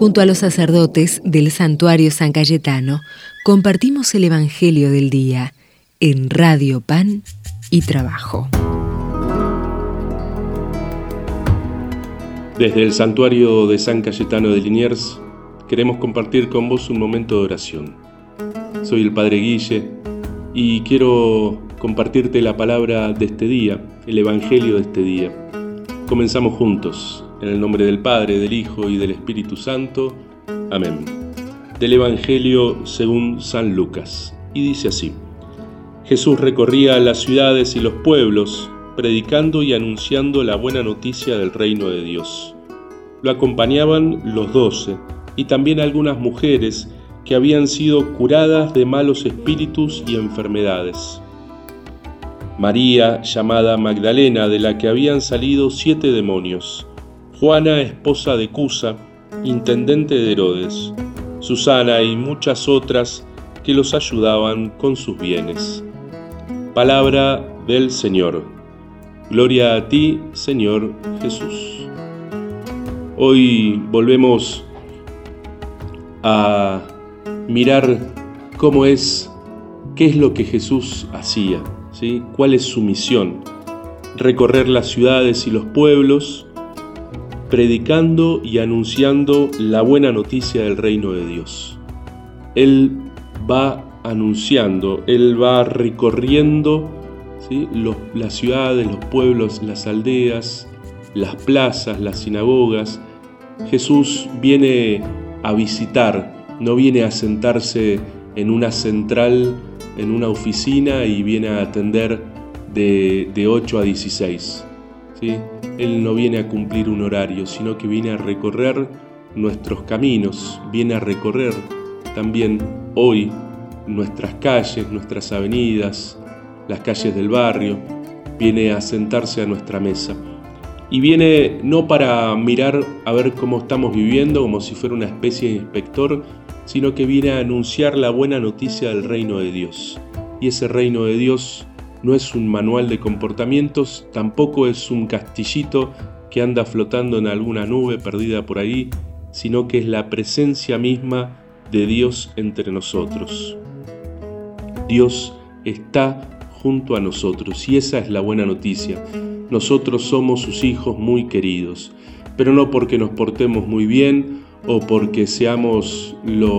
Junto a los sacerdotes del Santuario San Cayetano, compartimos el Evangelio del Día en Radio Pan y Trabajo. Desde el Santuario de San Cayetano de Liniers, queremos compartir con vos un momento de oración. Soy el Padre Guille y quiero compartirte la palabra de este día, el Evangelio de este día. Comenzamos juntos, en el nombre del Padre, del Hijo y del Espíritu Santo. Amén. Del Evangelio según San Lucas. Y dice así: Jesús recorría las ciudades y los pueblos, predicando y anunciando la buena noticia del reino de Dios. Lo acompañaban los 12 y también algunas mujeres que habían sido curadas de malos espíritus y enfermedades. María, llamada Magdalena, de la que habían salido 7 demonios. Juana, esposa de Cusa, intendente de Herodes. Susana y muchas otras que los ayudaban con sus bienes. Palabra del Señor. Gloria a ti, Señor Jesús. Hoy volvemos a mirar qué es lo que Jesús hacía, ¿sí? ¿Cuál es su misión? Recorrer las ciudades y los pueblos, predicando y anunciando la buena noticia del reino de Dios. Él va anunciando, Él va recorriendo, ¿sí? Las ciudades, los pueblos, las aldeas, las plazas, las sinagogas. Jesús viene a visitar, no viene a sentarse en una central, en una oficina y viene a atender de 8 a 16. ¿Sí? Él no viene a cumplir un horario, sino que viene a recorrer nuestros caminos, viene a recorrer también hoy nuestras calles, nuestras avenidas, las calles del barrio, viene a sentarse a nuestra mesa. Y viene no para mirar a ver cómo estamos viviendo, como si fuera una especie de inspector, sino que viene a anunciar la buena noticia del reino de Dios. Y ese reino de Dios no es un manual de comportamientos, tampoco es un castillito que anda flotando en alguna nube perdida por ahí, sino que es la presencia misma de Dios entre nosotros. Dios está junto a nosotros y esa es la buena noticia. Nosotros somos sus hijos muy queridos, pero no porque nos portemos muy bien o porque seamos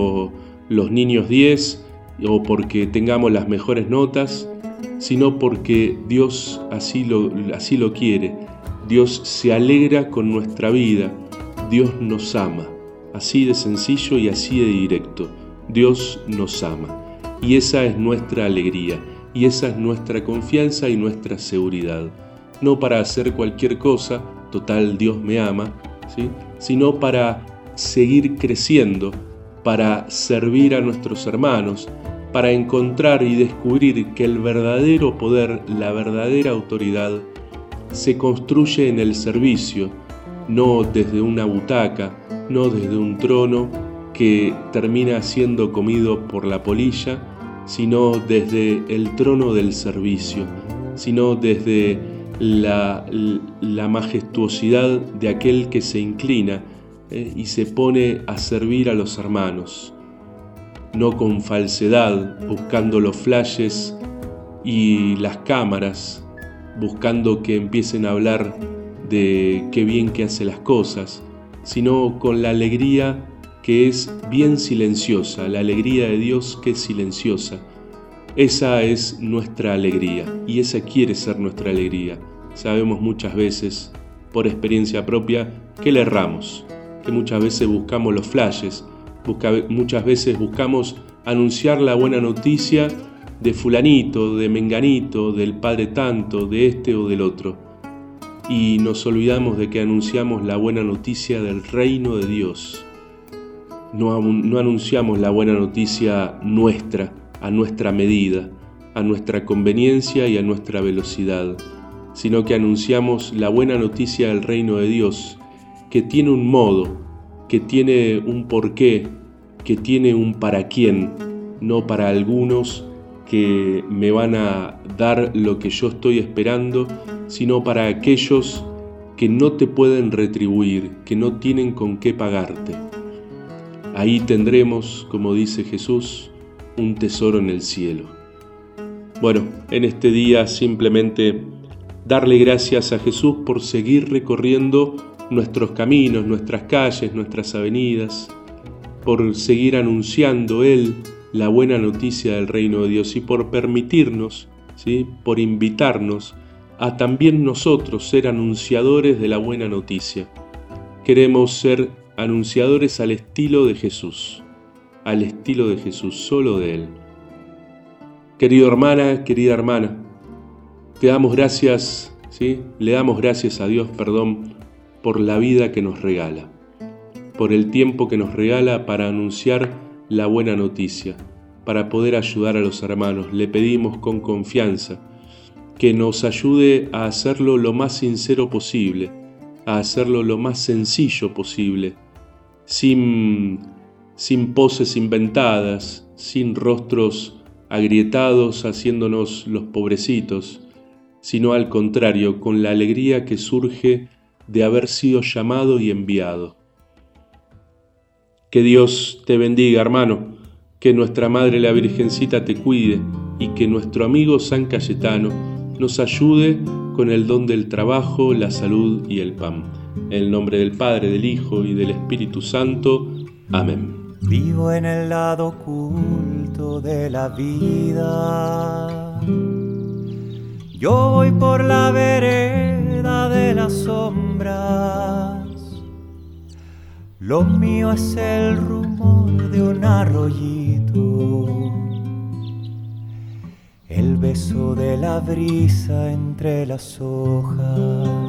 los niños 10 o porque tengamos las mejores notas, sino porque Dios así lo quiere. Dios se alegra con nuestra vida. Dios nos ama. Así de sencillo y así de directo. Dios nos ama. Y esa es nuestra alegría. Y esa es nuestra confianza y nuestra seguridad. No para hacer cualquier cosa, total Dios me ama, ¿sí? Sino para seguir creciendo, para servir a nuestros hermanos, para encontrar y descubrir que el verdadero poder, la verdadera autoridad, se construye en el servicio, no desde una butaca, no desde un trono que termina siendo comido por la polilla, sino desde el trono del servicio, sino desde la majestuosidad de aquel que se inclina y se pone a servir a los hermanos. No con falsedad, buscando los flashes y las cámaras, buscando que empiecen a hablar de qué bien que hace las cosas, sino con la alegría que es bien silenciosa, la alegría de Dios que es silenciosa. Esa es nuestra alegría y esa quiere ser nuestra alegría. Sabemos muchas veces, por experiencia propia, que le erramos, que muchas veces buscamos los flashes, muchas veces buscamos anunciar la buena noticia de fulanito, de menganito, del padre tanto, de este o del otro. Y nos olvidamos de que anunciamos la buena noticia del reino de Dios. No anunciamos la buena noticia nuestra, a nuestra medida, a nuestra conveniencia y a nuestra velocidad, sino que anunciamos la buena noticia del reino de Dios, que tiene un modo, que tiene un porqué, que tiene un para quién, no para algunos que me van a dar lo que yo estoy esperando, sino para aquellos que no te pueden retribuir, que no tienen con qué pagarte. Ahí tendremos, como dice Jesús, un tesoro en el cielo. Bueno, en este día simplemente darle gracias a Jesús por seguir recorriendo nuestros caminos, nuestras calles, nuestras avenidas, por seguir anunciando Él la buena noticia del reino de Dios y por permitirnos, ¿sí?, por invitarnos a también nosotros ser anunciadores de la buena noticia. Queremos ser anunciadores al estilo de Jesús, solo de Él. Querida hermana, te damos gracias, ¿sí?, le damos gracias a Dios, por la vida que nos regala, por el tiempo que nos regala para anunciar la buena noticia, para poder ayudar a los hermanos. Le pedimos con confianza que nos ayude a hacerlo lo más sincero posible, a hacerlo lo más sencillo posible, sin poses inventadas, sin rostros agrietados haciéndonos los pobrecitos, sino al contrario, con la alegría que surge de haber sido llamado y enviado. Que Dios te bendiga, hermano, que nuestra Madre la Virgencita te cuide y que nuestro amigo San Cayetano nos ayude con el don del trabajo, la salud y el pan. En el nombre del Padre, del Hijo y del Espíritu Santo. Amén. Vivo en el lado oculto de la vida. Yo voy por la vereda de las sombras. Lo mío es el rumor de un arroyito, el beso de la brisa entre las hojas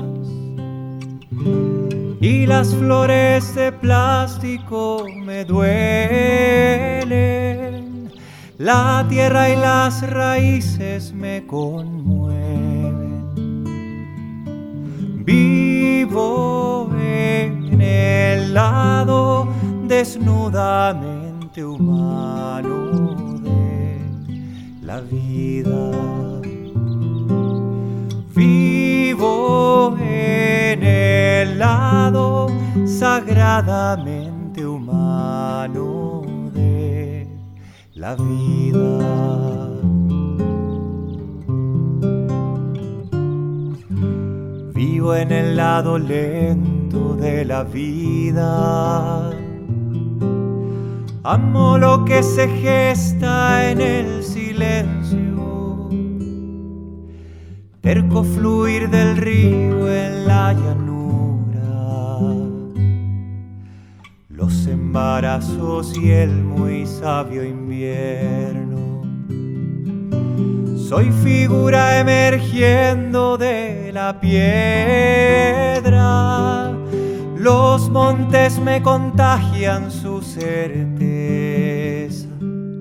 y las flores de plástico me duelen. La tierra y las raíces me conmueven. Vivo en el lado desnudamente humano de la vida. Vivo en el lado sagradamente humano de la vida. Vivo en el lado lento de la vida. Amo lo que se gesta en el silencio, terco fluir del río en la llanura, los embarazos y el muy sabio invierno. Soy figura emergiendo de la piedra, los montes me contagian su certeza.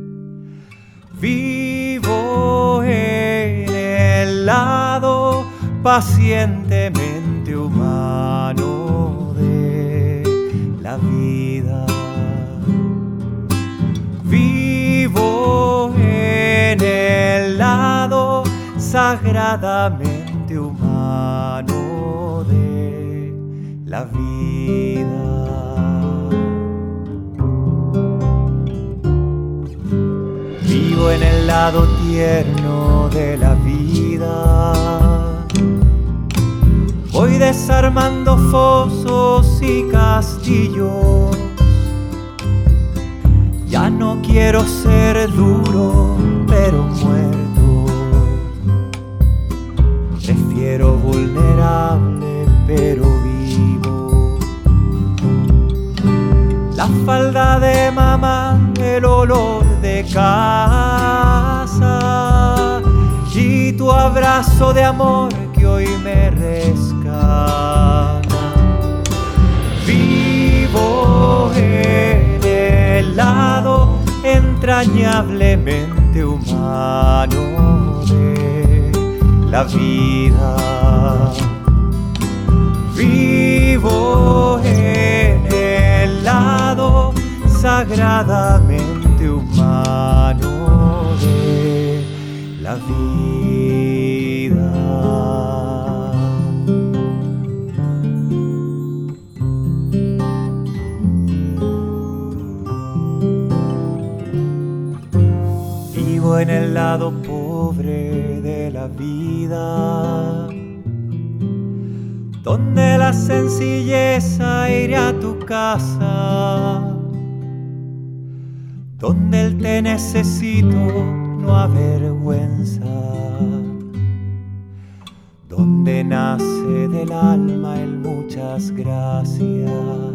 Vivo en el lado pacientemente humano de la vida. Vivo en el lado sagradamente humano de la vida. Vivo en el lado tierno de la vida. Voy desarmando fosos y castillos. Ya no quiero ser duro, pero muerto. Prefiero vulnerable, pero vivo. La falda de mamá, el olor de casa y tu abrazo de amor que hoy me rescata. Vivo en el lado entrañablemente humano de la vida. Vivo en el lado sagradamente humano de la vida. en el lado pobre de la vida, donde la sencilleza iré a tu casa, donde el te necesito no avergüenza, donde nace del alma el muchas gracias,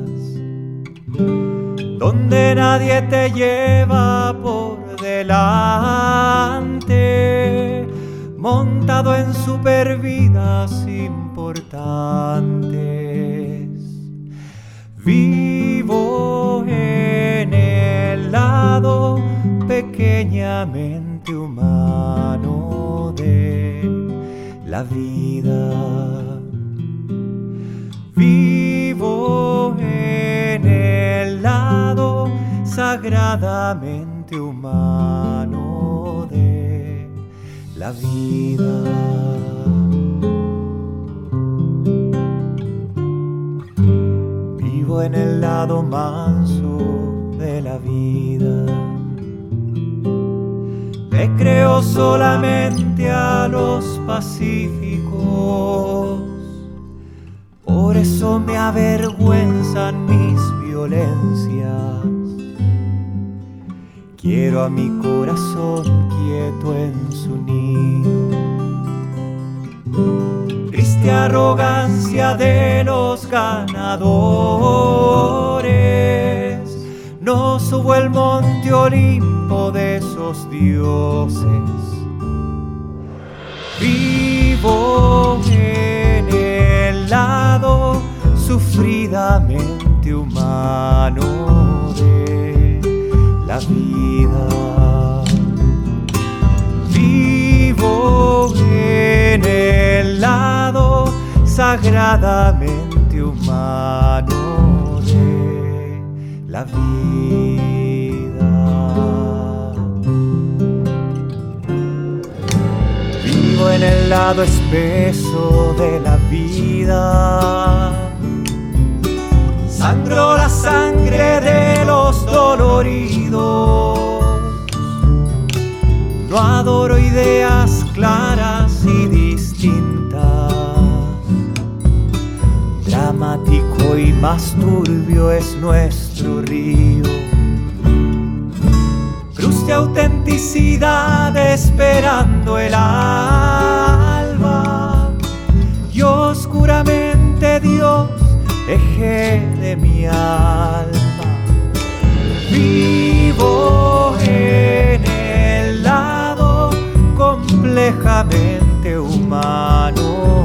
donde nadie te lleva por delante, montado en supervidas importantes. Vivo en el lado pequeñamente humano de la vida. Vivo en el lado sagradamente humano de la vida. Vivo en el lado manso de la vida. Le creo solamente a los pacíficos, por eso me avergüenzan mis violencias. Quiero a mi corazón quieto en su nido. Triste arrogancia de los ganadores, no subo el monte Olimpo de esos dioses. Vivo en el lado sufridamente humano de la vida. Vivo en el lado sagradamente humano de la vida. Vivo en el lado espeso de la vida. Sangro la sangre de los doloridos. No adoro ideas claras y distintas. Dramático y más turbio es nuestro río. Cruz de autenticidad esperando el alba. Y oscuramente Dios, eje de mi alma. Vivo en el lado complejamente humano